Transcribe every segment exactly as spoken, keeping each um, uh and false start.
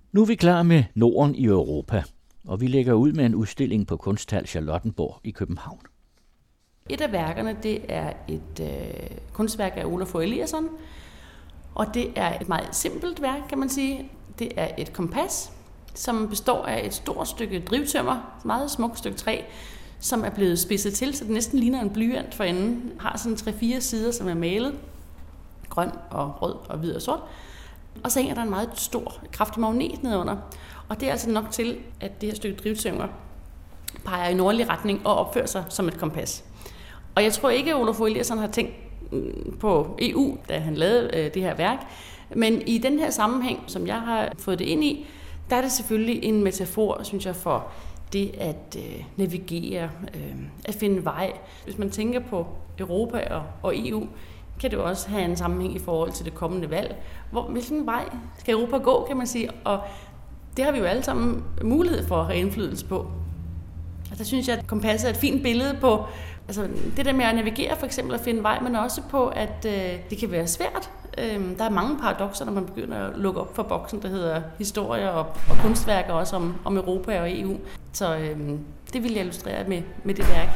Nu er vi klar med Norden i Europa, og vi lægger ud med en udstilling på Kunsthal Charlottenborg i København. Et af værkerne, det er et øh, kunstværk af Olafur Eliasson, og det er et meget simpelt værk, kan man sige. Det er et kompas, som består af et stort stykke drivtømmer, et meget smukt stykke træ, som er blevet spidset til, så det næsten ligner en blyant for enden. Har sådan tre-fire sider, som er malet, grøn og rød og hvid og sort. Og så hænger der en meget stor, kraftig magnet nedunder. Og det er altså nok til, at det her stykke drivtømmer peger i nordlig retning og opfører sig som et kompas. Og jeg tror ikke, at Olafur Eliasson har tænkt på E U, da han lavede øh, det her værk. Men i den her sammenhæng, som jeg har fået det ind i, der er det selvfølgelig en metafor, synes jeg, for det at øh, navigere, øh, at finde vej. Hvis man tænker på Europa og, og E U, kan det jo også have en sammenhæng i forhold til det kommende valg. Hvor, hvilken vej skal Europa gå, kan man sige? Og det har vi jo alle sammen mulighed for at have indflydelse på. Og der synes jeg, at kompasset er et fint billede på altså det der med at navigere, for eksempel at finde vej, men også på, at øh, det kan være svært. Øh, der er mange paradokser, når man begynder at lukke op for boksen, der hedder historier og, og kunstværker også om, om Europa og E U. Så øh, det vil jeg illustrere med, med det værk.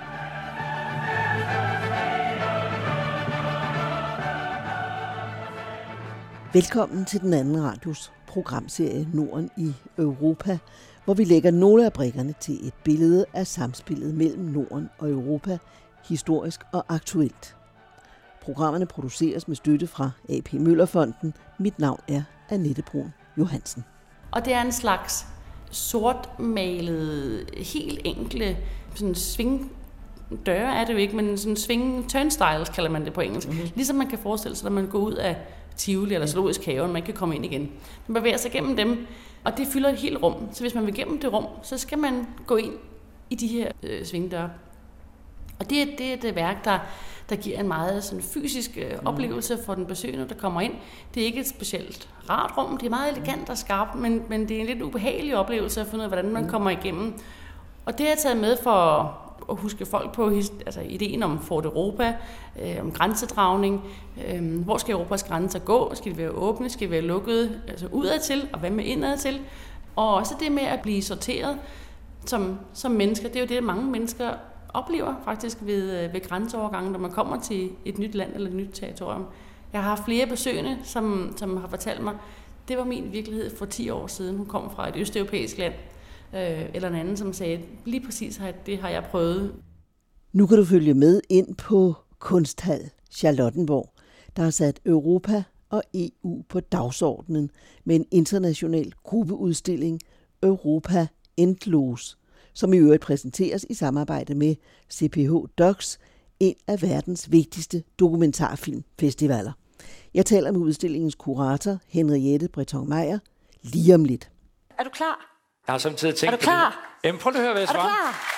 Velkommen til den anden radios programserie Norden i Europa, hvor vi lægger nogle af brikkerne til et billede af samspillet mellem Norden og Europa, historisk og aktuelt. Programmerne produceres med støtte fra A P Møller-fonden. Mit navn er Annette Brun Johansen. Og det er en slags sortmalet, helt enkle sådan sving døre er det jo ikke, men sådan sving turnstiles kalder man det på engelsk. Mm-hmm. Ligesom man kan forestille sig, når man går ud af Tivoli eller zoologisk have, og man kan komme ind igen. Man bevæger sig gennem dem, og det fylder et helt rum. Så hvis man vil gennem det rum, så skal man gå ind i de her øh, svingdøre. Og det er, det er det værk, der, der giver en meget sådan, fysisk øh, oplevelse for den besøgende, der kommer ind. Det er ikke et specielt rart rum, det er meget elegant og skarpt, men, men det er en lidt ubehagelig oplevelse at finde ud af, hvordan man kommer igennem. Og det har jeg taget med for at huske folk på altså ideen om Fort Europa, øh, om grænsedragning. Øh, hvor skal Europas grænser gå? Skal de være åbne? Skal de være lukkede? Altså udadtil, og hvad med indadtil? Og også det med at blive sorteret som, som mennesker. Det er jo det, mange mennesker oplever faktisk ved, ved grænseovergangen, når man kommer til et nyt land eller et nyt territorium. Jeg har haft flere besøgende, som, som har fortalt mig, det var min virkelighed for ti år siden. Hun kom fra et østeuropæisk land. Eller en anden, som sagde, lige præcis det har jeg prøvet. Nu kan du følge med ind på Kunsthal Charlottenborg, der har sat Europa og E U på dagsordenen med en international gruppeudstilling, Europa Endlos, som i øvrigt præsenteres i samarbejde med C P H Docs, en af verdens vigtigste dokumentarfilmfestivaler. Jeg taler med udstillingens kurator, Henriette Breton Meyer, lige om lidt. Er du klar? Jeg har samtidig tænkt er du klar? På Jamen, prøv at høre, hvad jeg svarer. Er du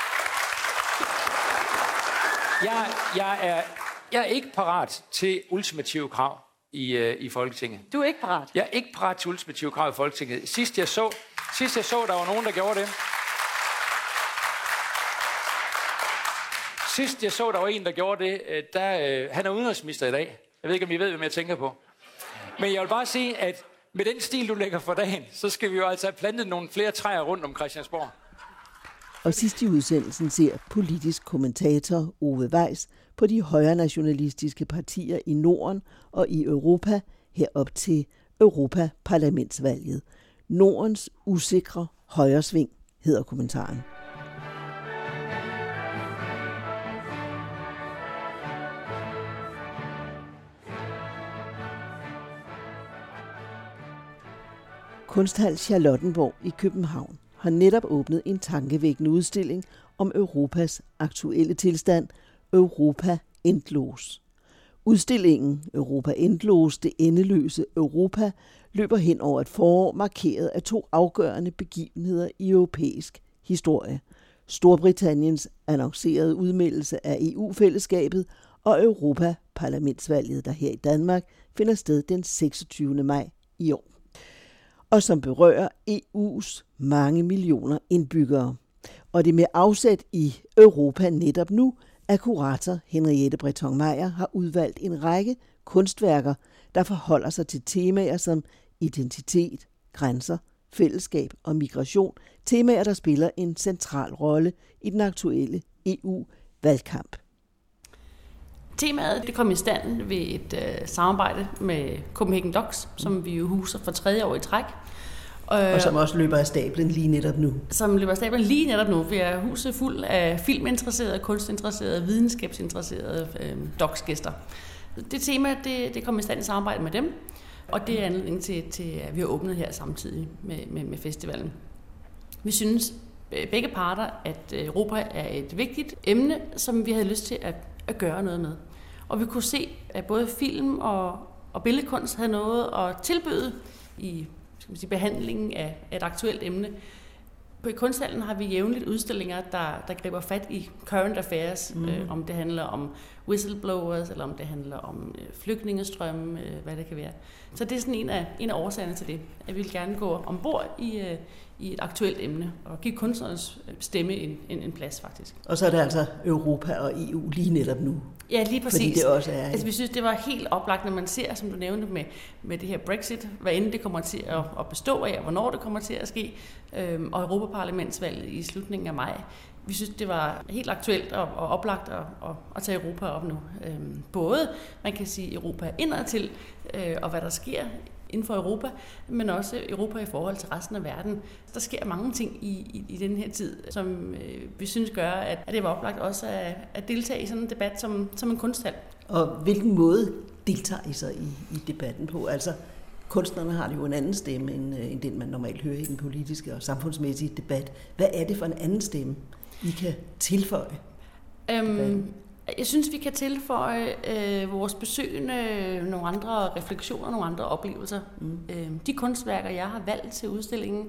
klar? Jeg, jeg, er, jeg er ikke parat til ultimative krav i, uh, i Folketinget. Du er ikke parat? Jeg er ikke parat til ultimative krav i Folketinget. Sidst jeg så, sidst jeg så der var nogen, der gjorde det. Sidst jeg så, der var en, der gjorde det, der, uh, han er udenrigsminister i dag. Jeg ved ikke, om I ved, hvem jeg tænker på. Men jeg vil bare sige, at med den stil, du lægger for dagen, så skal vi jo altså have plantet nogle flere træer rundt om Christiansborg. Og sidst i udsendelsen ser politisk kommentator Ove Weiss på de højre nationalistiske partier i Norden og i Europa herop til Europaparlamentsvalget. Nordens usikre højresving hedder kommentaren. Kunsthal Charlottenborg i København har netop åbnet en tankevækkende udstilling om Europas aktuelle tilstand, Europa Endlos. Udstillingen Europa Endlos, det endeløse Europa, løber hen over et forår markeret af to afgørende begivenheder i europæisk historie. Storbritanniens annoncerede udmeldelse af E U-fællesskabet og Europaparlamentsvalget, der her i Danmark finder sted den seksogtyvende maj i år, og som berører E U's mange millioner indbyggere. Og det med afsæt i Europa netop nu, at kurator Henriette Breton Meyer har udvalgt en række kunstværker, der forholder sig til temaer som identitet, grænser, fællesskab og migration, temaer, der spiller en central rolle i den aktuelle E U-valgkamp. Temaet det kom i stand ved et øh, samarbejde med Copenhagen Docs, som vi jo huser for tredje år i træk. Og som også løber af stablen lige netop nu. Som løber af stablen lige netop nu. Vi er huset fuld af filminteresserede, kunstinteresserede, videnskabsinteresserede øh, docs-gæster. Det tema det, det kom i stand i samarbejde med dem, og det er anledning til, til, at vi har åbnet her samtidig med, med, med festivalen. Vi synes begge parter, at Europa er et vigtigt emne, som vi havde lyst til at, at gøre noget med. Og vi kunne se, at både film og, og billedkunst havde noget at tilbyde i skal man sige, behandlingen af, af et aktuelt emne. På Kunsthallen har vi jævnligt udstillinger, der, der griber fat i current affairs, mm. øh, om det handler om whistleblowers, eller om det handler om øh, flygtningestrømme, øh, hvad det kan være. Så det er sådan en af, en af årsagerne til det, at vi vil gerne gå ombord i, øh, i et aktuelt emne, og give kunstnernes stemme en, en, en plads faktisk. Og så er det altså Europa og E U lige netop nu. Ja, lige præcis. Fordi det også er... Altså, vi synes, det var helt oplagt, når man ser, som du nævnte, med, med det her Brexit, hvad end det kommer til at, at bestå af, og hvornår det kommer til at ske, øhm, og Europaparlamentsvalget i slutningen af maj. Vi synes, det var helt aktuelt og, og oplagt at, at, at tage Europa op nu. Øhm, både, man kan sige, Europa indadtil, øh, og hvad der sker inden for Europa, men også Europa i forhold til resten af verden. Der sker mange ting i, i, i den her tid, som øh, vi synes gør, at, at det var oplagt også at, at deltage i sådan en debat som, som en kunsthal. Og hvilken måde deltager I så i, i debatten på? Altså, kunstnerne har jo en anden stemme, end, end den man normalt hører i den politiske og samfundsmæssige debat. Hvad er det for en anden stemme, I kan tilføje? Øhm, jeg synes, vi kan tilføje øh, vores besøgende nogle andre refleksioner, nogle andre oplevelser. Mm. Øh, de kunstværker, jeg har valgt til udstillingen,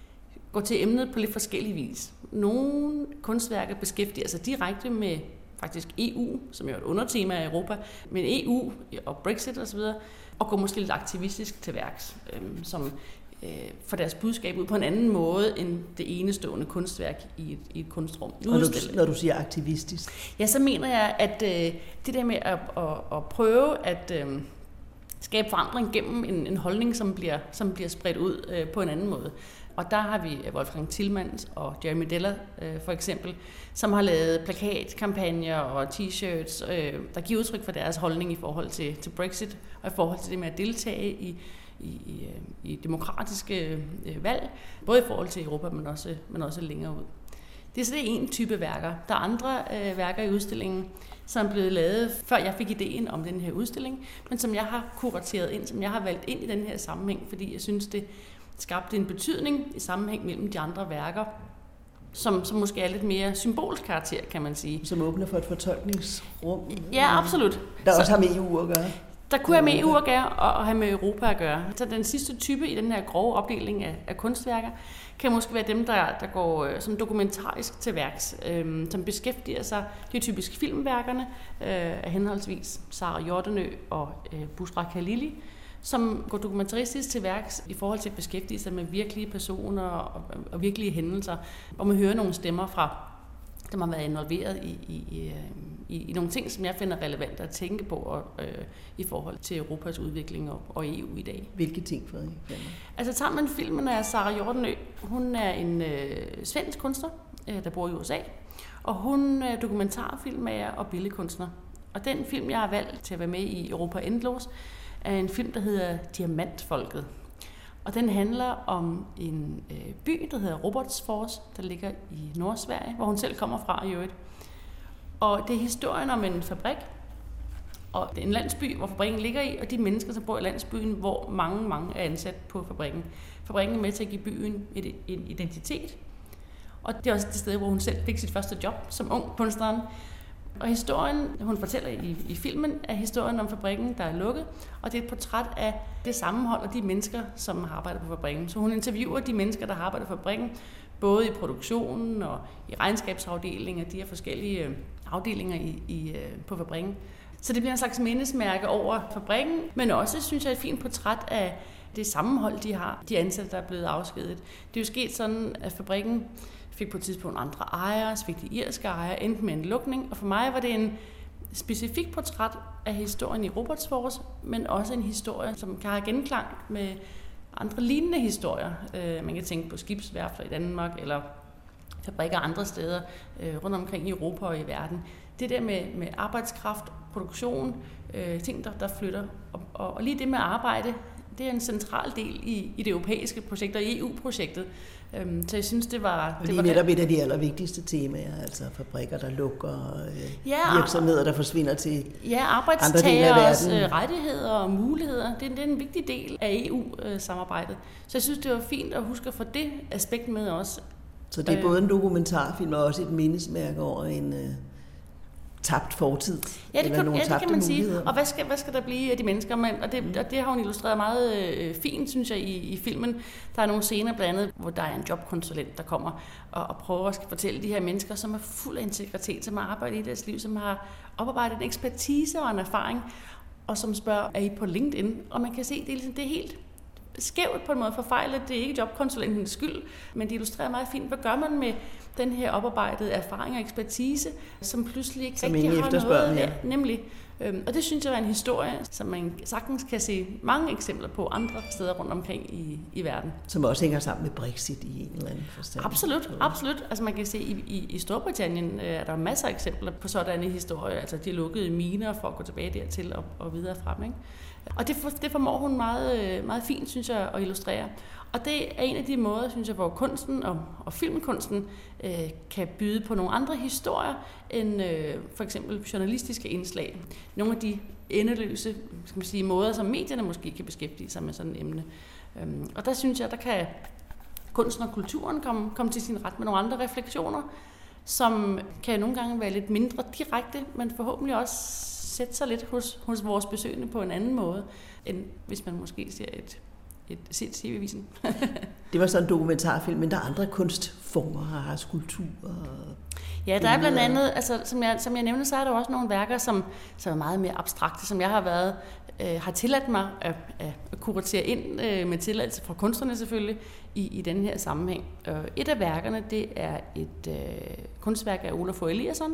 går til emnet på lidt forskellig vis. Nogle kunstværker beskæftiger sig direkte med faktisk E U, som jo er et undertema af Europa, men E U og Brexit osv., og går måske lidt aktivistisk til værks, øh, som øh, får deres budskab ud på en anden måde end det enestående kunstværk i et, i et kunstrum. Og når du, når du siger aktivistisk? Ja, så mener jeg, at øh, det der med at, at, at prøve at øh, skabe forandring gennem en, en holdning, som bliver, som bliver spredt ud øh, på en anden måde. Og der har vi Wolfgang Tillmans og Jeremy Deller øh, for eksempel, som har lavet plakatkampagner og t-shirts, øh, der giver udtryk for deres holdning i forhold til, til Brexit, og i forhold til det med at deltage i, i, i, i demokratiske øh, valg, både i forhold til Europa, men også, men også længere ud. Det er så det en type værker. Der er andre øh, værker i udstillingen, som er blevet lavet, før jeg fik ideen om den her udstilling, men som jeg har kurateret ind, som jeg har valgt ind i den her sammenhæng, fordi jeg synes, det skabte en betydning i sammenhæng mellem de andre værker, som, som måske er lidt mere symbolsk karakter, kan man sige. Som åbner for et fortolkningsrum? Ja, absolut. Der så, også har med E U at gøre? Der kunne have med E U at gøre, og, og have med Europa at gøre. Så den sidste type i den her grove opdeling af, af kunstværker, kan måske være dem, der, der går øh, som dokumentarisk til værks, øh, som beskæftiger sig, det er typisk filmværkerne, øh, af henholdsvis Sara Jordanø og øh, Bushra Khalili, som går dokumentaristisk til værks i forhold til at beskæftige sig med virkelige personer og, og virkelige hændelser, og man hører nogle stemmer fra, som har været involveret i, i, i, i nogle ting, som jeg finder relevant at tænke på og, øh, i forhold til Europas udvikling og, og E U i dag. Hvilke ting, Frederik? Altså sammen med filmen er Sara Jordanø. Hun er en øh, svensk kunstner, øh, der bor i U S A, og hun er dokumentarfilmmager og billedkunstner. Og den film, jeg har valgt til at være med i Europa Endlos, er en film, der hedder Diamantfolket. Og den handler om en øh, by, der hedder Robertsfors, der ligger i Nordsverige, hvor hun selv kommer fra i øvrigt. Og det er historien om en fabrik, og det er en landsby, hvor fabrikken ligger i, og de mennesker, som bor i landsbyen, hvor mange, mange er ansat på fabrikken. Fabrikken er med til at give byen et, en identitet, og det er også det sted, hvor hun selv fik sit første job som ung kunstner. Og historien, hun fortæller i, i filmen, er historien om fabrikken, der er lukket, og det er et portræt af det sammenhold og de mennesker, som har arbejdet på fabrikken. Så hun interviewer de mennesker, der har arbejdet på fabrikken, både i produktionen og i regnskabsafdelingen, de her forskellige afdelinger i, i, på fabrikken. Så det bliver en slags mindesmærke over fabrikken, men også, synes jeg, et fint portræt af det sammenhold, de har, de ansatte, der er blevet afskediget. Det er jo sket sådan, at fabrikken fik på et tidspunkt andre ejere, så fik de irske ejere, endte med en lukning, og for mig var det en specifik portræt af historien i Robertsfors, men også en historie, som kan have genklang med andre lignende historier. Øh, man kan tænke på skibsværfter i Danmark, eller fabrikker andre steder øh, rundt omkring i Europa og i verden. Det der med, med arbejdskraft, produktion, øh, ting, der, der flytter. Og, og, og lige det med arbejde, det er en central del i, i det europæiske projekt og i E U-projektet. Øhm, så jeg synes, det var... Det, det var var netop et af de allervigtigste temaer, altså fabrikker, der lukker, øh, ja, virksomheder, der forsvinder til ja, arbejdstageres rettigheder og muligheder. Det, det er en vigtig del af E U-samarbejdet. Så jeg synes, det var fint at huske at få det aspekt med også. Så det er både en dokumentarfilm og også et mindesmærke over en øh, tabt fortid? Ja, det, kan, ja, det kan man muligheder. sige. Og hvad skal, hvad skal der blive af de mennesker? Man, og, det, og det har hun illustreret meget øh, fint, synes jeg, i, i filmen. Der er nogle scener blandt andet, hvor der er en jobkonsulent, der kommer og, og prøver at fortælle de her mennesker, som er fuld af integritet, som har arbejdet i deres liv, som har oparbejdet en ekspertise og en erfaring, og som spørger, er I på LinkedIn? Og man kan se, det er, ligesom, det er helt skævt på en måde forfejlet. Det er ikke jobkonsulentens skyld, men det illustrerer meget fint, hvad gør man med den her oparbejdede erfaring og ekspertise, som pludselig ikke som rigtig har noget. Ja. Nemlig. Øhm, og det synes jeg er en historie, som man sagtens kan se mange eksempler på andre steder rundt omkring i, i verden. Som også hænger sammen med Brexit i en eller anden forstand. Absolut, absolut. Altså man kan se, i, i, i Storbritannien øh, er der masser af eksempler på sådanne historier. Altså de lukkede miner for at gå tilbage dertil og, og videre frem. Ikke? Og det, for, det formår hun meget, meget fint, synes jeg, at illustrere. Og det er en af de måder, synes jeg, hvor kunsten og, og filmkunsten øh, kan byde på nogle andre historier end øh, for eksempel journalistiske indslag. Nogle af de endeløse skal man sige, måder, som medierne måske kan beskæftige sig med sådan et emne. Øhm, og der synes jeg, der kan kunsten og kulturen komme, komme til sin ret med nogle andre refleksioner, som kan nogle gange være lidt mindre direkte, men forhåbentlig også sætte sig lidt hos, hos vores besøgende på en anden måde, end hvis man måske ser et et set T V-avisen. Det var sådan en dokumentarfilm, men der er andre kunstformer, har skulptur. Ja, der er blandt andet, altså, som, jeg, som jeg nævnte, så er der også nogle værker, som, som er meget mere abstrakte, som jeg har været, øh, har tilladt mig at, at kuratere ind øh, med tilladelse fra kunstnerne selvfølgelig i, i den her sammenhæng. Øh, et af værkerne, det er et øh, kunstværk af Olafur Eliasson,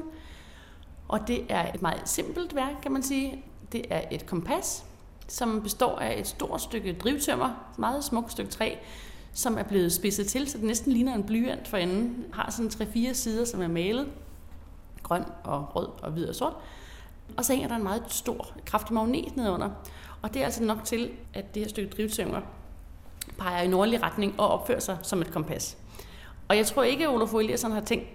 og det er et meget simpelt værk, kan man sige. Det er et kompas, som består af et stort stykke drivtømmer, et meget smukt stykke træ, som er blevet spidset til, så det næsten ligner en blyant for enden. Har sådan tre-fire sider, som er malet, grøn og rød og hvid og sort. Og så hænger der en meget stor, kraftig magnet nedunder. Og det er altså nok til, at det her stykke drivtømmer peger i nordlig retning og opfører sig som et kompas. Og jeg tror ikke, at Olafur Eliasson har tænkt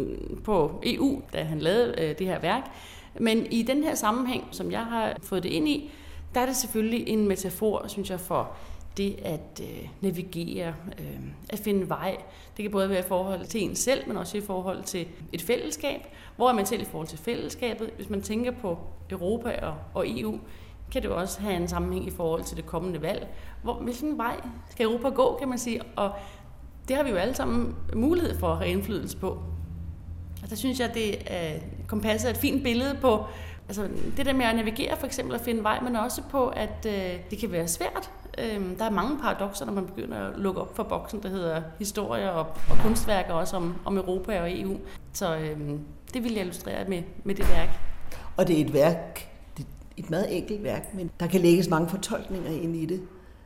på E U, da han lavede det her værk. Men i den her sammenhæng, som jeg har fået det ind i, der er det selvfølgelig en metafor, synes jeg, for det at øh, navigere, øh, at finde vej. Det kan både være i forhold til en selv, men også i forhold til et fællesskab. Hvor er man selv i forhold til fællesskabet? Hvis man tænker på Europa og, og E U, kan det også have en sammenhæng i forhold til det kommende valg. Hvor, hvilken vej skal Europa gå, kan man sige? Og det har vi jo alle sammen mulighed for at have indflydelse på. Og der synes jeg, det er, kompasset er et fint billede på, altså det der med at navigere for eksempel og finde vej, men også på, at øh, det kan være svært. Øh, der er mange paradokser, når man begynder at lukke op for boksen, der hedder historier og, og kunstværker også om, om Europa og E U. Så øh, det vil jeg illustrere med, med det værk. Og det er et værk, et meget enkelt værk, men der kan lægges mange fortolkninger ind i det.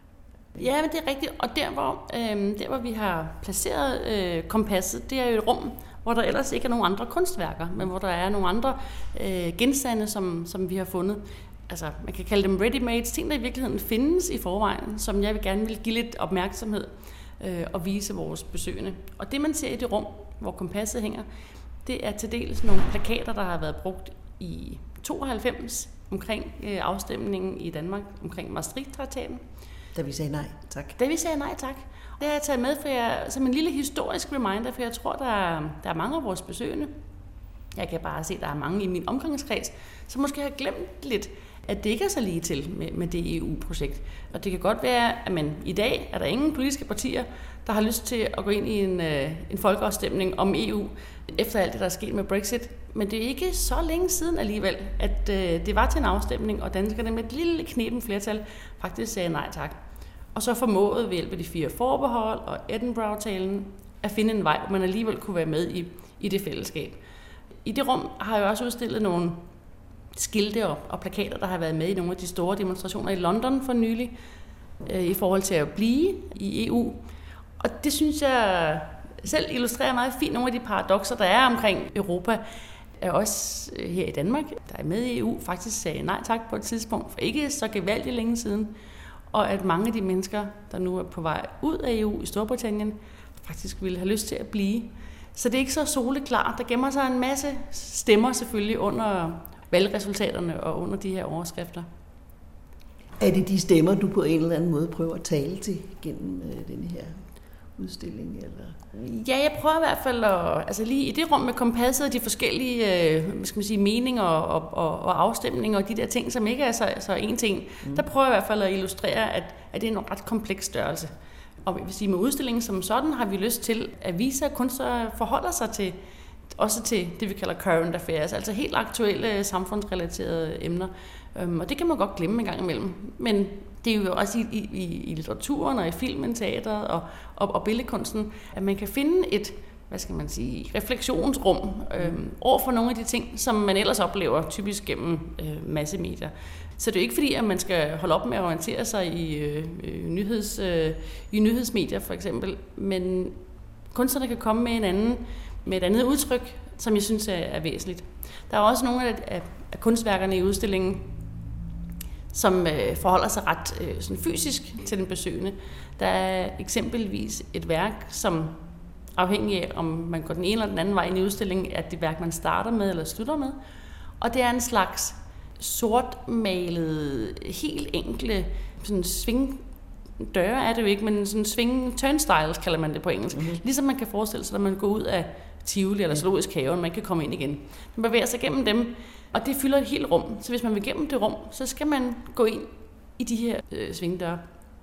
Ja, men det er rigtigt. Og der, hvor, øh, der, hvor vi har placeret øh, kompasset, det er jo et rum, hvor der ellers ikke er nogen andre kunstværker, men hvor der er nogle andre øh, genstande, som, som vi har fundet. Altså, man kan kalde dem ready-made, ting, der i virkeligheden findes i forvejen, som jeg vil gerne vil give lidt opmærksomhed øh, og vise vores besøgende. Og det, man ser i det rum, hvor kompasset hænger, det er til dels nogle plakater, der har været brugt i tooghalvfems omkring øh, afstemningen i Danmark, omkring Maastricht-traktaten. Da vi sagde nej, tak. Da vi sagde nej, tak. Det har jeg taget med for jeg, som en lille historisk reminder, for jeg tror, der er, der er mange af vores besøgende. Jeg kan bare se, at der er mange i min omgangskreds, som måske har glemt lidt, at det ikke er så lige til med, med det E U-projekt. Og det kan godt være, at man i dag er der ingen politiske partier, der har lyst til at gå ind i en, en folkeafstemning om E U, efter alt det, der er sket med Brexit. Men det er ikke så længe siden alligevel, at øh, det var til en afstemning, og danskerne med et lille knepen flertal faktisk sagde nej tak. Og så formåede ved hjælp af de fire forbehold og Edinburgh-talen at finde en vej, hvor man alligevel kunne være med i, i det fællesskab. I det rum har jeg også udstillet nogle skilte og, og plakater, der har været med i nogle af de store demonstrationer i London for nylig, øh, i forhold til at blive i E U. Og det synes jeg selv illustrerer meget fint nogle af de paradokser, der er omkring Europa. Er også her i Danmark, der er med i E U, faktisk sagde nej tak på et tidspunkt, for ikke så gevaldigt længe siden. Og at mange af de mennesker, der nu er på vej ud af E U i Storbritannien, faktisk ville have lyst til at blive. Så det er ikke så soleklart. Der gemmer sig en masse stemmer selvfølgelig under valgresultaterne og under de her overskrifter. Er det de stemmer, du på en eller anden måde prøver at tale til gennem øh, denne her udstilling? Eller? Ja, jeg prøver i hvert fald at, altså lige i det rum med kompasset og de forskellige øh, hvad skal man sige, meninger og, og, og afstemninger og de der ting, som ikke er så, så en ting, mm. der prøver jeg i hvert fald at illustrere, at, at det er en ret kompleks størrelse. Og jeg vil sige, med udstillingen som sådan har vi lyst til at vise, at kunstnere forholder sig til, også til det, vi kalder current affairs, altså helt aktuelle samfundsrelaterede emner. Og det kan man godt glemme en gang imellem. Men det er jo også i, i, i litteraturen og i filmen, teateret og, og, og billedkunsten, at man kan finde et, hvad skal man sige, refleksionsrum øh, over for nogle af de ting, som man ellers oplever typisk gennem øh, massemedier. Så det er jo ikke fordi, at man skal holde op med at orientere sig i, øh, nyheds, øh, i nyhedsmedier for eksempel, men kunstnerne kan komme med, en anden, med et andet udtryk, som jeg synes er, er væsentligt. Der er også nogle af, af, af kunstværkerne i udstillingen, som øh, forholder sig ret øh, sådan fysisk til den besøgende. Der er eksempelvis et værk, som afhængig af, om man går den ene eller den anden vej ind i udstillingen, er det værk, man starter med eller slutter med. Og det er en slags sortmalet, helt enkle sådan sving døre er det jo ikke, men sådan sving turnstiles kalder man det på engelsk. Mm-hmm. Ligesom man kan forestille sig, når man går ud af Tivoli eller Zoologisk Have, man kan komme ind igen. Man bevæger sig gennem dem, og det fylder et helt rum. Så hvis man vil gennem det rum, så skal man gå ind i de her øh, svingdøre.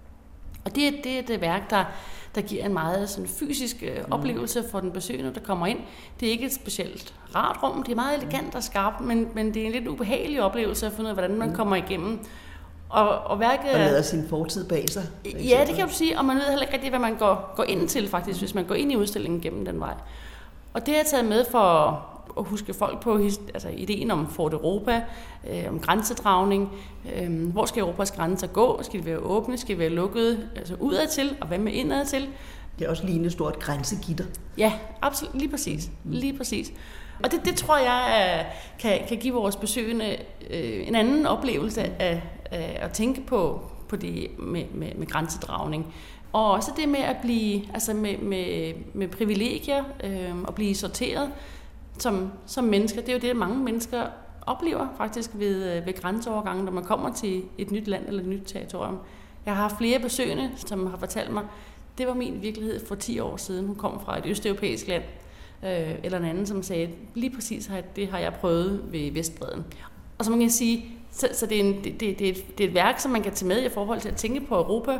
Og det er, det er det værk, der, der giver en meget sådan, fysisk øh, oplevelse for den besøgende, der kommer ind. Det er ikke et specielt rart rum, det er meget elegant og skarpt, men, men det er en lidt ubehagelig oplevelse at finde ud af, hvordan man kommer igennem. Og, og, værket, og lader sin fortid bag sig. Ja, det kan du sige, og man ved heller ikke rigtig, hvad man går, går ind til faktisk, hvis man går ind i udstillingen gennem den vej. Og det har jeg taget med for at huske folk på altså ideen om Fort Europa, øh, om grænsedragning. Øh, hvor skal Europas grænser gå? Skal de være åbne? Skal de være lukkede? Altså udadtil, og hvad med indadtil? Det er også lige et stort grænsegitter. Ja, absolut. Lige præcis. Lige præcis. Og det, det tror jeg er, kan, kan give vores besøgende øh, en anden oplevelse af, af at tænke på, på det med, med, med grænsedragning. Og også det med at blive, altså med, med, med privilegier øh, og blive sorteret som, som mennesker. Det er jo det, mange mennesker oplever faktisk ved, ved grænseovergangen, når man kommer til et nyt land eller et nyt territorium. Jeg har haft flere besøgende, som har fortalt mig, det var min virkelighed for ti år siden. Hun kom fra et østeuropæisk land, øh, eller en anden, som sagde, lige præcis har, det har jeg prøvet ved Vestbredden. Og så man kan sige, så, så det, er en, det, det, det, er et, det er et værk, som man kan tage med i forhold til at tænke på Europa,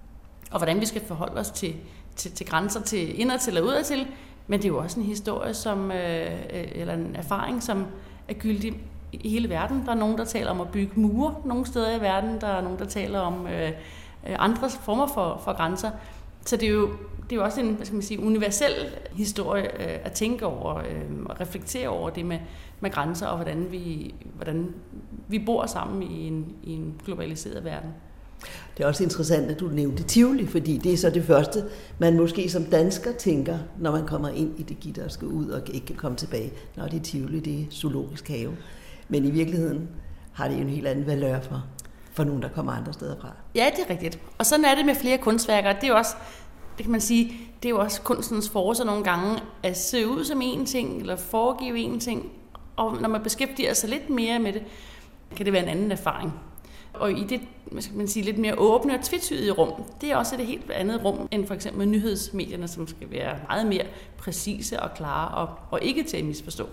og hvordan vi skal forholde os til, til, til grænser, til indadtil og udadtil. Men det er jo også en historie, som, øh, eller en erfaring, som er gyldig i hele verden. Der er nogen, der taler om at bygge mure nogle steder i verden. Der er nogen, der taler om øh, andre former for, for grænser. Så det er jo, det er jo også en, hvad skal man sige, universel historie øh, at tænke over øh, og reflektere over det med, med grænser og hvordan vi, hvordan vi bor sammen i en, i en globaliseret verden. Det er også interessant, at du nævnte Tivoli, fordi det er så det første, man måske som dansker tænker, når man kommer ind i det gitter og skal ud og ikke kan komme tilbage. Når det er Tivoli, det er Zoologisk Have. Men i virkeligheden har det jo en helt anden valør for, for nogen, der kommer andre steder fra. Ja, det er rigtigt. Og sådan er det med flere kunstværker. Det er jo også, det kan man sige, det er jo også kunstens force nogle gange at se ud som en ting, eller foregive en ting. Og når man beskæftiger sig lidt mere med det, kan det være en anden erfaring. Og i det, hvad skal man sige, lidt mere åbne og tvetydige rum, det er også et helt andet rum end for eksempel nyhedsmedierne, som skal være meget mere præcise og klare og, og ikke til at misforstå.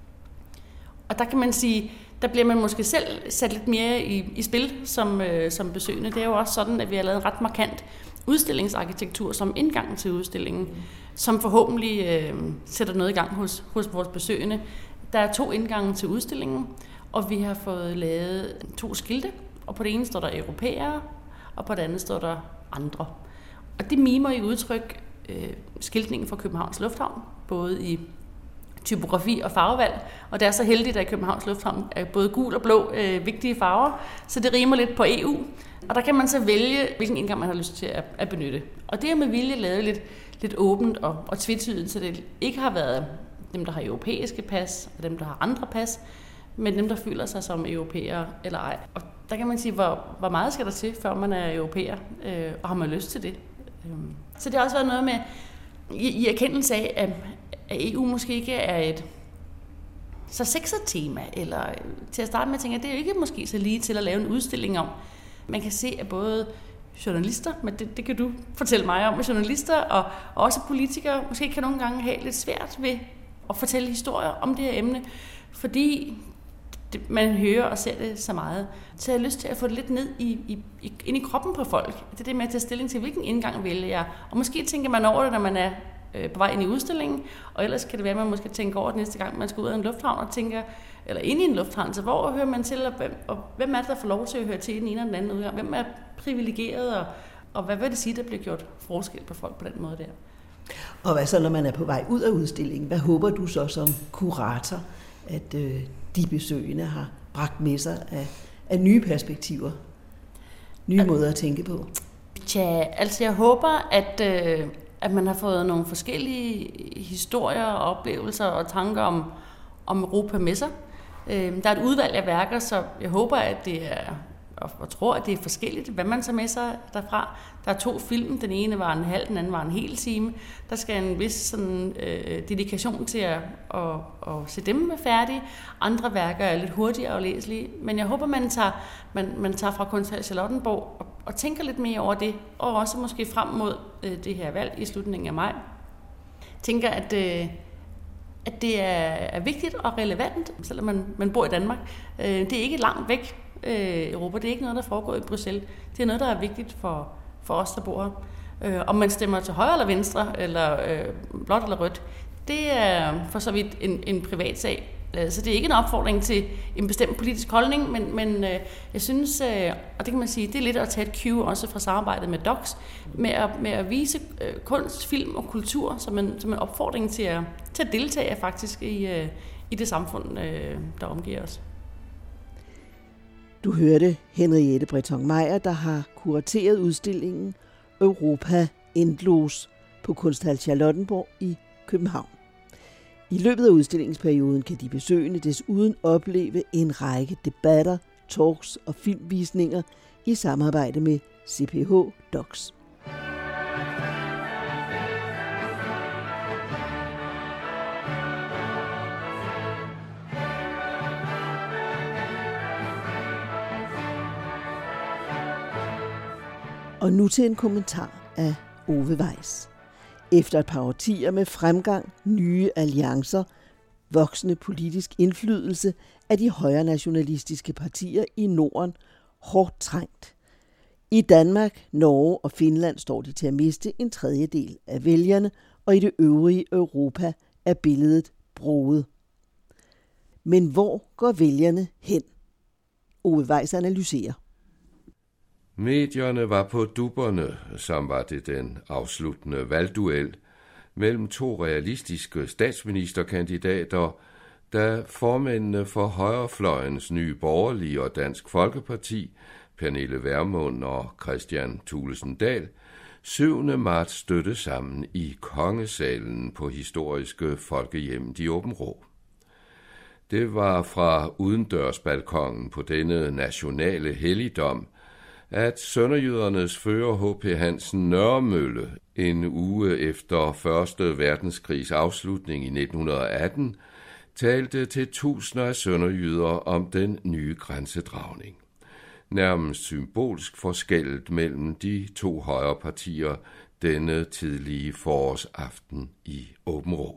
Og der kan man sige, der bliver man måske selv sat lidt mere i, i spil som, øh, som besøgende. Det er jo også sådan, at vi har lavet en ret markant udstillingsarkitektur som indgang til udstillingen, som forhåbentlig øh, sætter noget i gang hos, hos vores besøgende. Der er to indgange til udstillingen, og vi har fået lavet to skilte, og på det ene står der europæere, og på det andet står der andre. Og det mimer i udtryk øh, skiltningen fra Københavns Lufthavn, både i typografi og farvevalg, og det er så heldigt, at Københavns Lufthavn er både gul og blå øh, vigtige farver, så det rimer lidt på E U, og der kan man så vælge, hvilken indgang man har lyst til at, at benytte. Og det er med vilje lavet lidt, lidt åbent og, og tvetydigt, så det ikke har været dem, der har europæiske pas, og dem, der har andre pas, men dem, der føler sig som europæere eller ej. Og der kan man sige, hvor, hvor meget skal der til, før man er europæer, øh, og har man lyst til det. Så det har også været noget med, i, i erkendelse af, at, at E U måske ikke er et så sexet tema, eller til at starte med at tænke, at det er jo ikke måske så lige til at lave en udstilling om. Man kan se, at både journalister, men det, det kan du fortælle mig om, journalister og, og også politikere måske kan nogle gange have lidt svært ved at fortælle historier om det her emne, fordi det, man hører og ser det så meget. Så jeg har lyst til at få det lidt ned i, i, ind i kroppen på folk. Det er det med at tage stilling til, hvilken indgang vælger jeg. Og måske tænker man over det, når man er øh, på vej ind i udstillingen, og ellers kan det være, at man måske tænker over det næste gang, man skal ud af en lufthavn og tænker, eller ind i en lufthavn, så hvor hører man til, og hvem, og hvem er det, der får lov til at høre til i den ene eller den anden udgang? Hvem er privilegeret, og, og hvad vil det sige, der bliver gjort forskel på folk på den måde der? Og hvad så, når man er på vej ud af udstillingen? Hvad håber du så som kurator, at øh, de besøgende har bragt med sig af, af nye perspektiver, nye at, måder at tænke på? Tja, altså jeg håber, at, øh, at man har fået nogle forskellige historier og oplevelser og tanker om, om Europa med sig. Øh, der er et udvalg af værker, så jeg håber, at det er, og tror, at det er forskelligt, hvad man tager med sig derfra. Der er to film, den ene var en halv, den anden var en hel time. Der skal en vis sådan, øh, dedikation til at, at, at se dem færdige. Andre værker er lidt hurtigere og læselige, men jeg håber, man tager, man, man tager fra Kunsthal Charlottenborg og, og tænker lidt mere over det, og også måske frem mod øh, det her valg i slutningen af maj. Tænker, at, øh, at det er, er vigtigt og relevant, selvom man, man bor i Danmark. Øh, det er ikke langt væk. Europa. Det er ikke noget, der foregår i Bruxelles. Det er noget, der er vigtigt for, for os, der bor her. Øh, om man stemmer til højre eller venstre, eller øh, blåt eller rødt, det er for så vidt en, en privat sag. Øh, så det er ikke en opfordring til en bestemt politisk holdning, men, men øh, jeg synes, øh, og det kan man sige, det er lidt at tage et cue også fra samarbejdet med D O C S, med at, med at vise øh, kunst, film og kultur som en, som en opfordring til at, til at deltage faktisk i, øh, i det samfund, øh, der omgiver os. Du hørte Henriette Breton Meyer, der har kurateret udstillingen Europa Endlos på Kunsthal Charlottenborg i København. I løbet af udstillingsperioden kan de besøgende desuden opleve en række debatter, talks og filmvisninger i samarbejde med C P H D O C S. Og nu til en kommentar af Ove Weiss. Efter et par årtier med fremgang, nye alliancer, voksende politisk indflydelse af de højre nationalistiske partier i Norden hårdt trængt. I Danmark, Norge og Finland står de til at miste en tredjedel af vælgerne, og i det øvrige Europa er billedet broget. Men hvor går vælgerne hen? Ove Weiss analyserer. Medierne var på dupperne, som var det den afsluttende valgduel mellem to realistiske statsministerkandidater, da formændene for højrefløjens Nye Borgerlige og Dansk Folkeparti, Pernille Vermund og Kristian Thulesen Dahl, syvende marts stødte sammen i Kongesalen på historiske Folkehjemmet i Aabenraa. Det var fra udendørsbalkonen på denne nationale helligdom, at sønderjydernes fører H P Hansen Nørremølle en uge efter første verdenskrigs afslutning i nitten atten talte til tusinder af sønderjyder om den nye grænsedragning. Nærmest symbolsk forskellet mellem de to højre partier denne tidlige forårsaften i Aabenraa.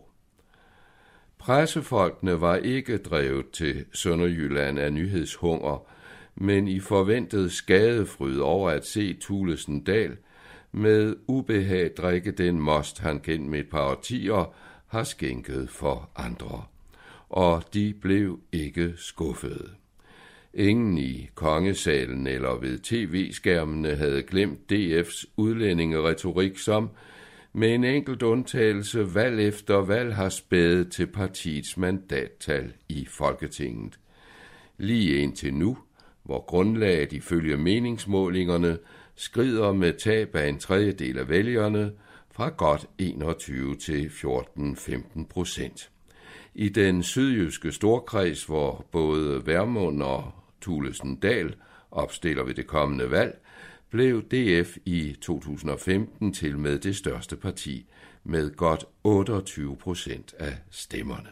Pressefolkene var ikke drevet til Sønderjylland af nyhedshunger, men i forventet skadefryd over at se Thulesen Dahl med ubehag drikke den most, han gennem med et par årtier har skænket for andre. Og de blev ikke skuffede. Ingen i Kongesalen eller ved tv-skærmene havde glemt D F's udlændingeretorik som: Med en enkelt undtagelse valg efter valg har spædet til partiets mandattal i Folketinget. Lige indtil nu, hvor grundlaget ifølge meningsmålingerne skrider med tab af en tredjedel af vælgerne fra godt enogtyve til fjorten til femten procent. I den sydjyske storkreds, hvor både Vermund og Thulesen Dahl opstiller ved det kommende valg, blev D F i to tusind og femten til med det største parti med godt otteogtyve procent af stemmerne.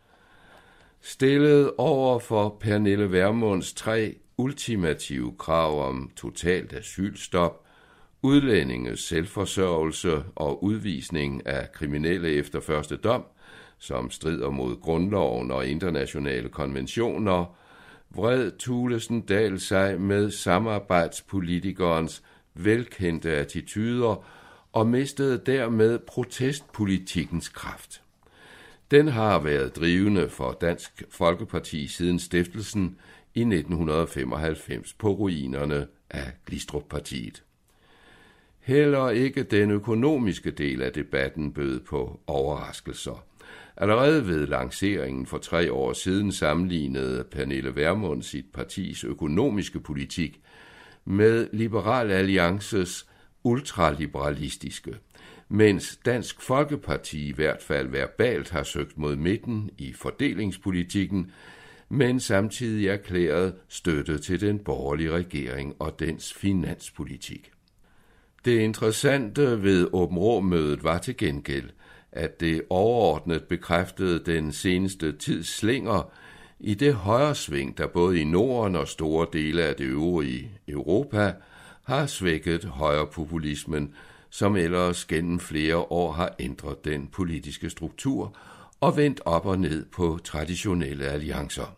Stillet over for Pernille Vermunds tre ultimative krav om totalt asylstop, udlændinges selvforsørgelse og udvisning af kriminelle efter første dom, som strider mod grundloven og internationale konventioner, vred Thulesen Dahl sig med samarbejdspolitikerens velkendte attityder og mistede dermed protestpolitikkens kraft. Den har været drivende for Dansk Folkeparti siden stiftelsen i nitten femoghalvfems på ruinerne af Glistrup-partiet. Heller ikke den økonomiske del af debatten bød på overraskelser. Allerede ved lanceringen for tre år siden sammenlignede Pernille Vermund sit partis økonomiske politik med Liberal Alliances ultraliberalistiske, mens Dansk Folkeparti i hvert fald verbalt har søgt mod midten i fordelingspolitikken, men samtidig erklæret støtte til den borgerlige regering og dens finanspolitik. Det interessante ved Åben Rå-mødet var til gengæld, at det overordnet bekræftede den seneste tids slinger i det højresving, der både i Norden og store dele af det øvrige Europa har svækket højrepopulismen, som ellers gennem flere år har ændret den politiske struktur og vendt op og ned på traditionelle alliancer.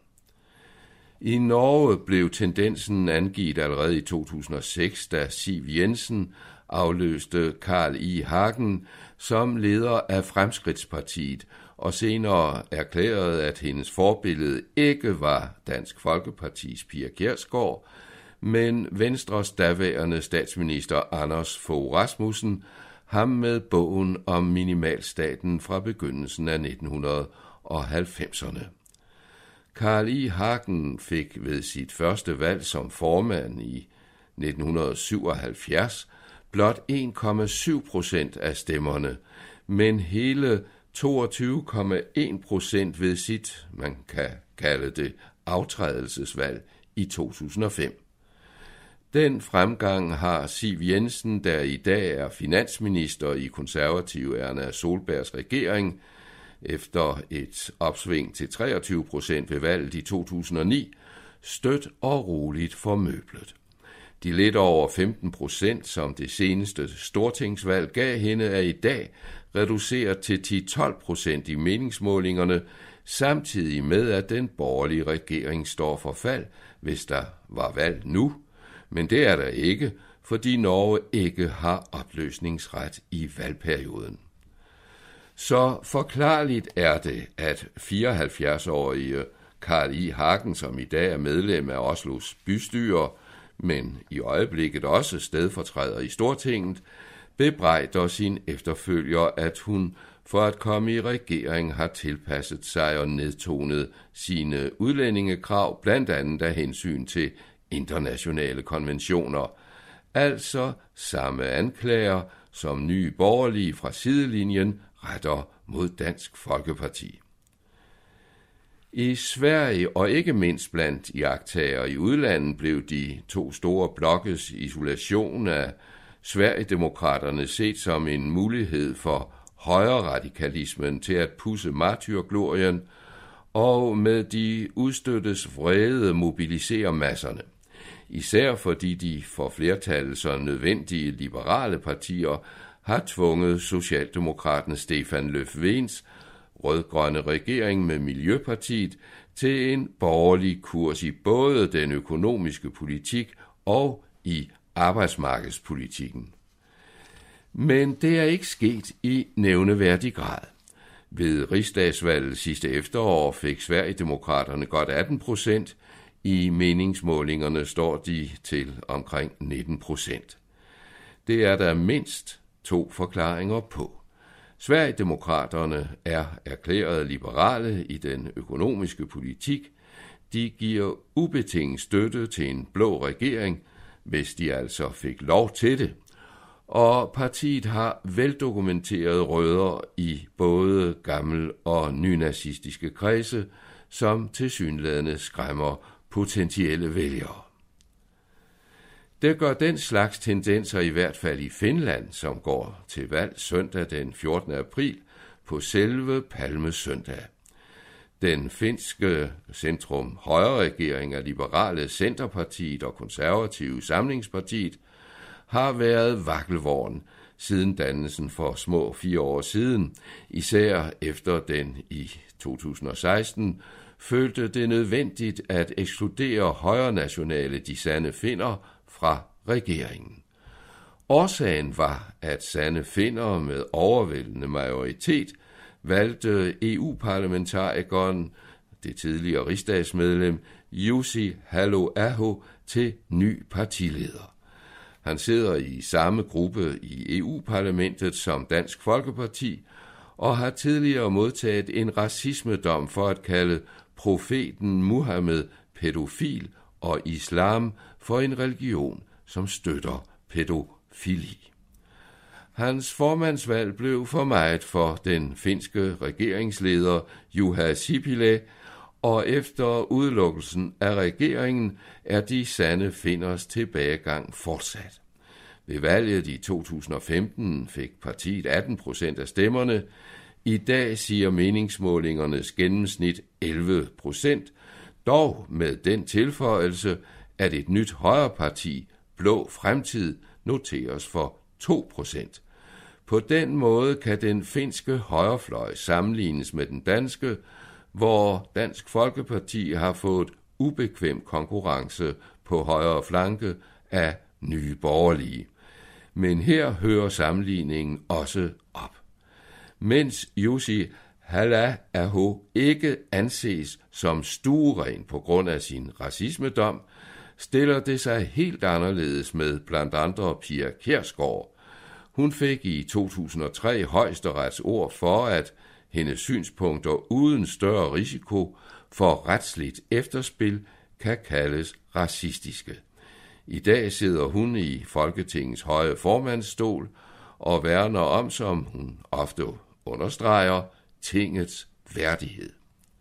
I Norge blev tendensen angivet allerede i to tusind og seks, da Siv Jensen afløste Carl I. Hagen som leder af Fremskridtspartiet, og senere erklærede, at hendes forbillede ikke var Dansk Folkepartis Pia Kjærsgaard, men Venstres daværende statsminister Anders Fogh Rasmussen, ham med bogen om minimalstaten fra begyndelsen af nitten halvfemserne. Carl I. Hagen fik ved sit første valg som formand i nitten syvoghalvfjerds blot en komma syv procent af stemmerne, men hele toogtyve komma en procent ved sit, man kan kalde det, aftrædelsesvalg i to tusind og fem. Den fremgang har Siv Jensen, der i dag er finansminister i konservative Erna Solbergs regering, efter et opsving til treogtyve procent ved valget i to tusind og ni, stødt og roligt formøblet. De lidt over femten procent, som det seneste stortingsvalg gav hende, er i dag reduceret til ti til tolv procent i meningsmålingerne, samtidig med at den borgerlige regering står for fald, hvis der var valg nu. Men det er der ikke, fordi Norge ikke har opløsningsret i valgperioden. Så forklarligt er det, at fireoghalvfjerds-årige Carl I. Hagen, som i dag er medlem af Oslos bystyre, men i øjeblikket også stedfortræder i Stortinget, bebrejder sin efterfølger, at hun for at komme i regering har tilpasset sig og nedtonet sine udlændingekrav, blandt andet af hensyn til internationale konventioner. Altså samme anklager, som Nye Borgerlige fra sidelinjen retter mod Dansk Folkeparti. I Sverige og ikke mindst blandt iagttagere i udlandet blev de to store blokkes isolation af Sverigedemokraterne set som en mulighed for højreradikalismen til at pudse martyrglorien og med de udstøttes vrede mobilisere masserne. Især fordi de for flertallet så nødvendige liberale partier har tvunget Socialdemokraten Stefan Löfvens rødgrønne regering med Miljøpartiet til en borgerlig kurs i både den økonomiske politik og i arbejdsmarkedspolitikken. Men det er ikke sket i nævneværdig grad. Ved rigsdagsvalget sidste efterår fik Sverigedemokraterne godt atten procent. I meningsmålingerne står de til omkring nitten procent. Det er der mindst to forklaringer på. Sverigedemokraterne er erklæret liberale i den økonomiske politik. De giver ubetinget støtte til en blå regering, hvis de altså fik lov til det. Og partiet har veldokumenterede rødder i både gammel- og nynazistiske kredse, som tilsyneladende skræmmer potentielle vælgere. Det gør den slags tendenser i hvert fald i Finland, som går til valg søndag den fjortende april på selve Palmesøndag. Den finske centrum-højre-regering af liberale Centerpartiet og konservative Samlingspartiet har været vakkelvogn siden dannelsen for små fire år siden, især efter den i to tusind og seksten følte det nødvendigt at ekskludere højrenationale de sande finner fra regeringen. Årsagen var, at sande finner med overvældende majoritet valgte E U-parlamentarikeren, det tidligere rigsdagsmedlem, Jussi Halla-aho til ny partileder. Han sidder i samme gruppe i E U-parlamentet som Dansk Folkeparti og har tidligere modtaget en racismedom for at kalde profeten Muhammed pædofil og islam for en religion, som støtter pædofili. Hans formandsvalg blev for meget for den finske regeringsleder Juha Sipilä, og efter udelukkelsen af regeringen er de sande finners tilbagegang fortsat. Ved valget i to tusind og femten fik partiet atten procent af stemmerne. I dag siger meningsmålingernes gennemsnit elleve procent, dog med den tilføjelse, at et nyt højreparti, Blå Fremtid, noteres for to procent. På den måde kan den finske højrefløj sammenlignes med den danske, hvor Dansk Folkeparti har fået ubekvem konkurrence på højre flanke af Nye Borgerlige. Men her hører sammenligningen også op. Mens Jussi Halla-aho ikke anses som stueren på grund af sin racismedom, stiller det sig helt anderledes med blandt andre Pia Kjærsgaard. Hun fik i to tusind og tre højesterets ord for, at hendes synspunkter uden større risiko for retsligt efterspil kan kaldes racistiske. I dag sidder hun i Folketingets høje formandsstol og værner om, som hun ofte understreger, tingets værdighed.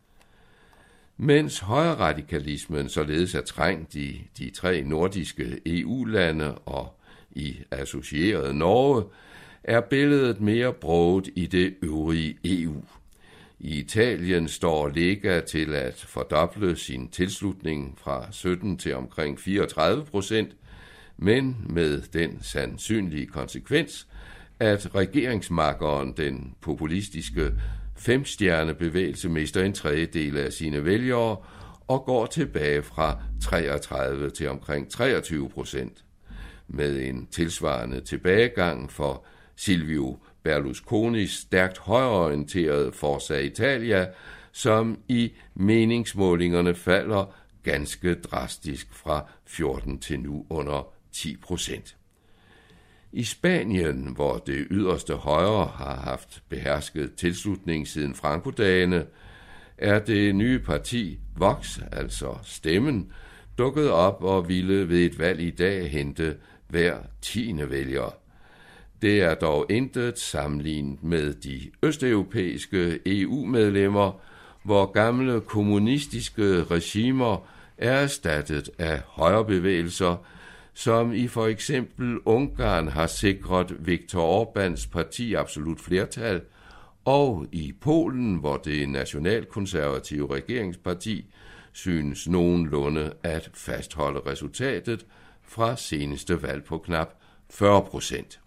Mens højreradikalismen således er trængt i de tre nordiske E U-lande og i associerede Norge, er billedet mere broget i det øvrige E U. I Italien står Lega til at fordoble sin tilslutning fra sytten til omkring fireogtredive procent, men med den sandsynlige konsekvens, at regeringsmakkeren, den populistiske femstjernebevægelse, mister en tredjedel af sine vælgere og går tilbage fra treogtredive til omkring treogtyve procent, med en tilsvarende tilbagegang for Silvio Berlusconis stærkt højreorienterede Forza Italia, som i meningsmålingerne falder ganske drastisk fra fjorten til nu under ti procent. I Spanien, hvor det yderste højre har haft behersket tilslutning siden Franco-dagene, er det nye parti Vox, altså Stemmen, dukket op og ville ved et valg i dag hente hver tiende vælger. Det er dog intet sammenlignet med de østeuropæiske E U-medlemmer, hvor gamle kommunistiske regimer er erstattet af højrebevægelser, som i for eksempel Ungarn har sikret Viktor Orbáns parti absolut flertal, og i Polen, hvor det nationalkonservative regeringsparti synes nogenlunde at fastholde resultatet fra seneste valg på knap fyrre procent.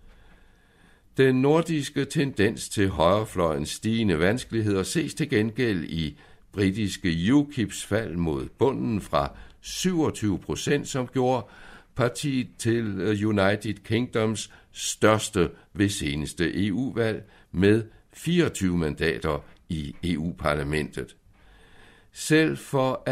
Den nordiske tendens til højrefløjens stigende vanskeligheder ses til gengæld i britiske U K I P's fald mod bunden fra syvogtyve procent, som gjorde partiet til United Kingdoms største ved seneste E U-valg med fireogtyve mandater i E U-parlamentet. Selv for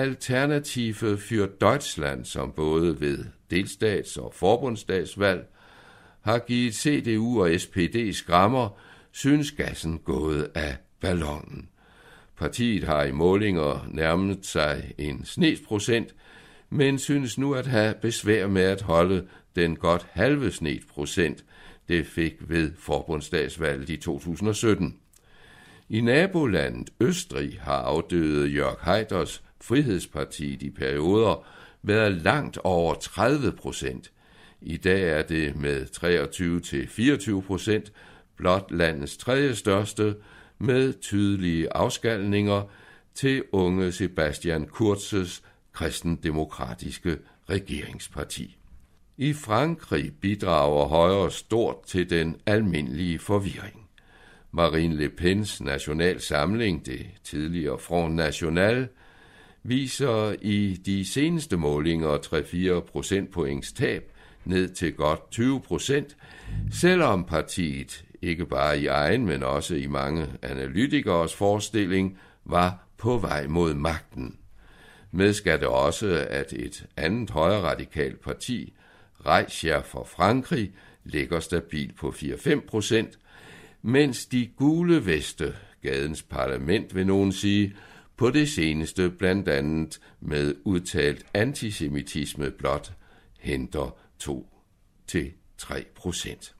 Alternative für Deutschland, som både ved delstats- og forbundsdagsvalg har givet C D U og S P D skrammer, synes gassen gået af ballonen. Partiet har i målinger nærmet sig en snesprocent, men synes nu at have besvær med at holde den godt halve snesprocent, det fik ved forbundsdagsvalget i to tusind og sytten. I nabolandet Østrig har afdøde Jörg Haiders Frihedspartiet i perioder været langt over tredive procent. I dag er det med treogtyve til fireogtyve procent blot landets tredje største, med tydelige afskalninger til unge Sebastian Kurzes kristendemokratiske regeringsparti. I Frankrig bidrager Højre stort til den almindelige forvirring. Marine Le Pens National Samling, det tidligere Front National, viser i de seneste målinger tre til fire procentpoints tab ned til godt tyve procent, selvom partiet ikke bare i egen, men også i mange analytikers forestilling var på vej mod magten. Med skal det også, at et andet højreradikalt parti, Reicher for Frankrig, ligger stabilt på fire til fem procent, mens de gule veste, gadens parlament vil nogen sige, på det seneste blandt andet med udtalt antisemitisme blot henter to til tre procent.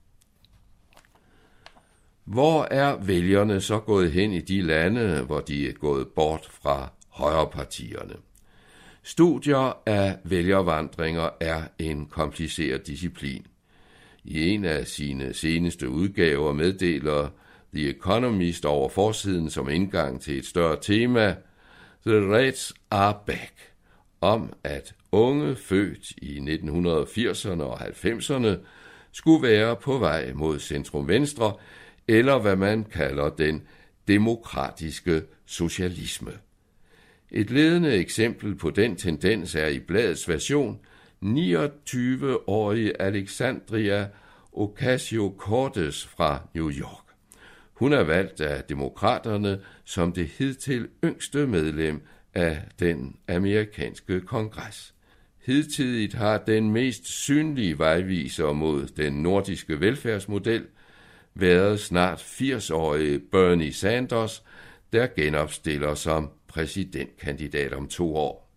Hvor er vælgerne så gået hen i de lande, hvor de er gået bort fra højrepartierne? Studier af vælgervandringer er en kompliceret disciplin. I en af sine seneste udgaver meddeler The Economist over forsiden som indgang til et større tema, The Reds are back, om at unge født i nitten firserne og halvfemserne skulle være på vej mod centrum-venstre, eller hvad man kalder den demokratiske socialisme. Et ledende eksempel på den tendens er i bladets version niogtyve-årige Alexandria Ocasio-Cortez fra New York. Hun er valgt af demokraterne som det hidtil yngste medlem af den amerikanske kongres. Hidtidigt har den mest synlige vejviser mod den nordiske velfærdsmodel været snart firs-årige Bernie Sanders, der genopstiller som præsidentkandidat om to år.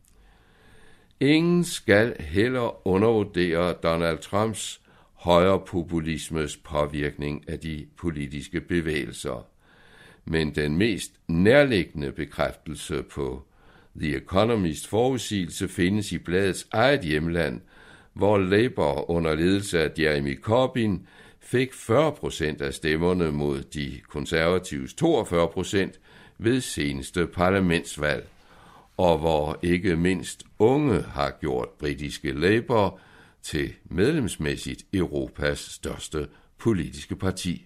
Ingen skal heller undervurdere Donald Trumps højrepopulismes påvirkning af de politiske bevægelser. Men den mest nærliggende bekræftelse på The Economist forudsigelse findes i bladets eget hjemland, hvor Labour under ledelse af Jeremy Corbyn fik fyrre procent af stemmerne mod de konservatives toogfyrre procent ved seneste parlamentsvalg, og hvor ikke mindst unge har gjort britiske Labour til medlemsmæssigt Europas største politiske parti.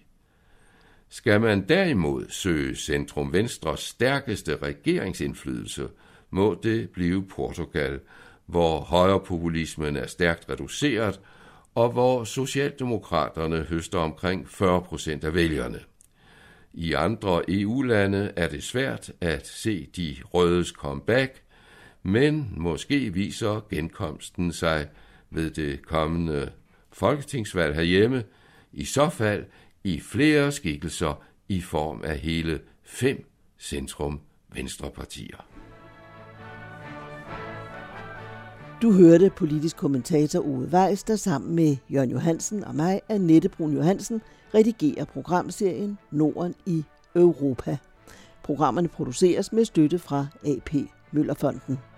Skal man derimod søge centrum-venstres stærkeste regeringsindflydelse, må det blive Portugal, hvor højrepopulismen er stærkt reduceret, og hvor socialdemokraterne høster omkring fyrre procent af vælgerne. I andre E U-lande er det svært at se de rødes comeback, men måske viser genkomsten sig ved det kommende folketingsvalg herhjemme, i så fald i flere skikkelser i form af hele fem centrum-venstrepartier. Du hørte politisk kommentator Ove Weiss, der sammen med Jørgen Johansen og mig, Annette Brun Johansen, redigerer programserien Norden i Europa. Programmerne produceres med støtte fra A P Møllerfonden.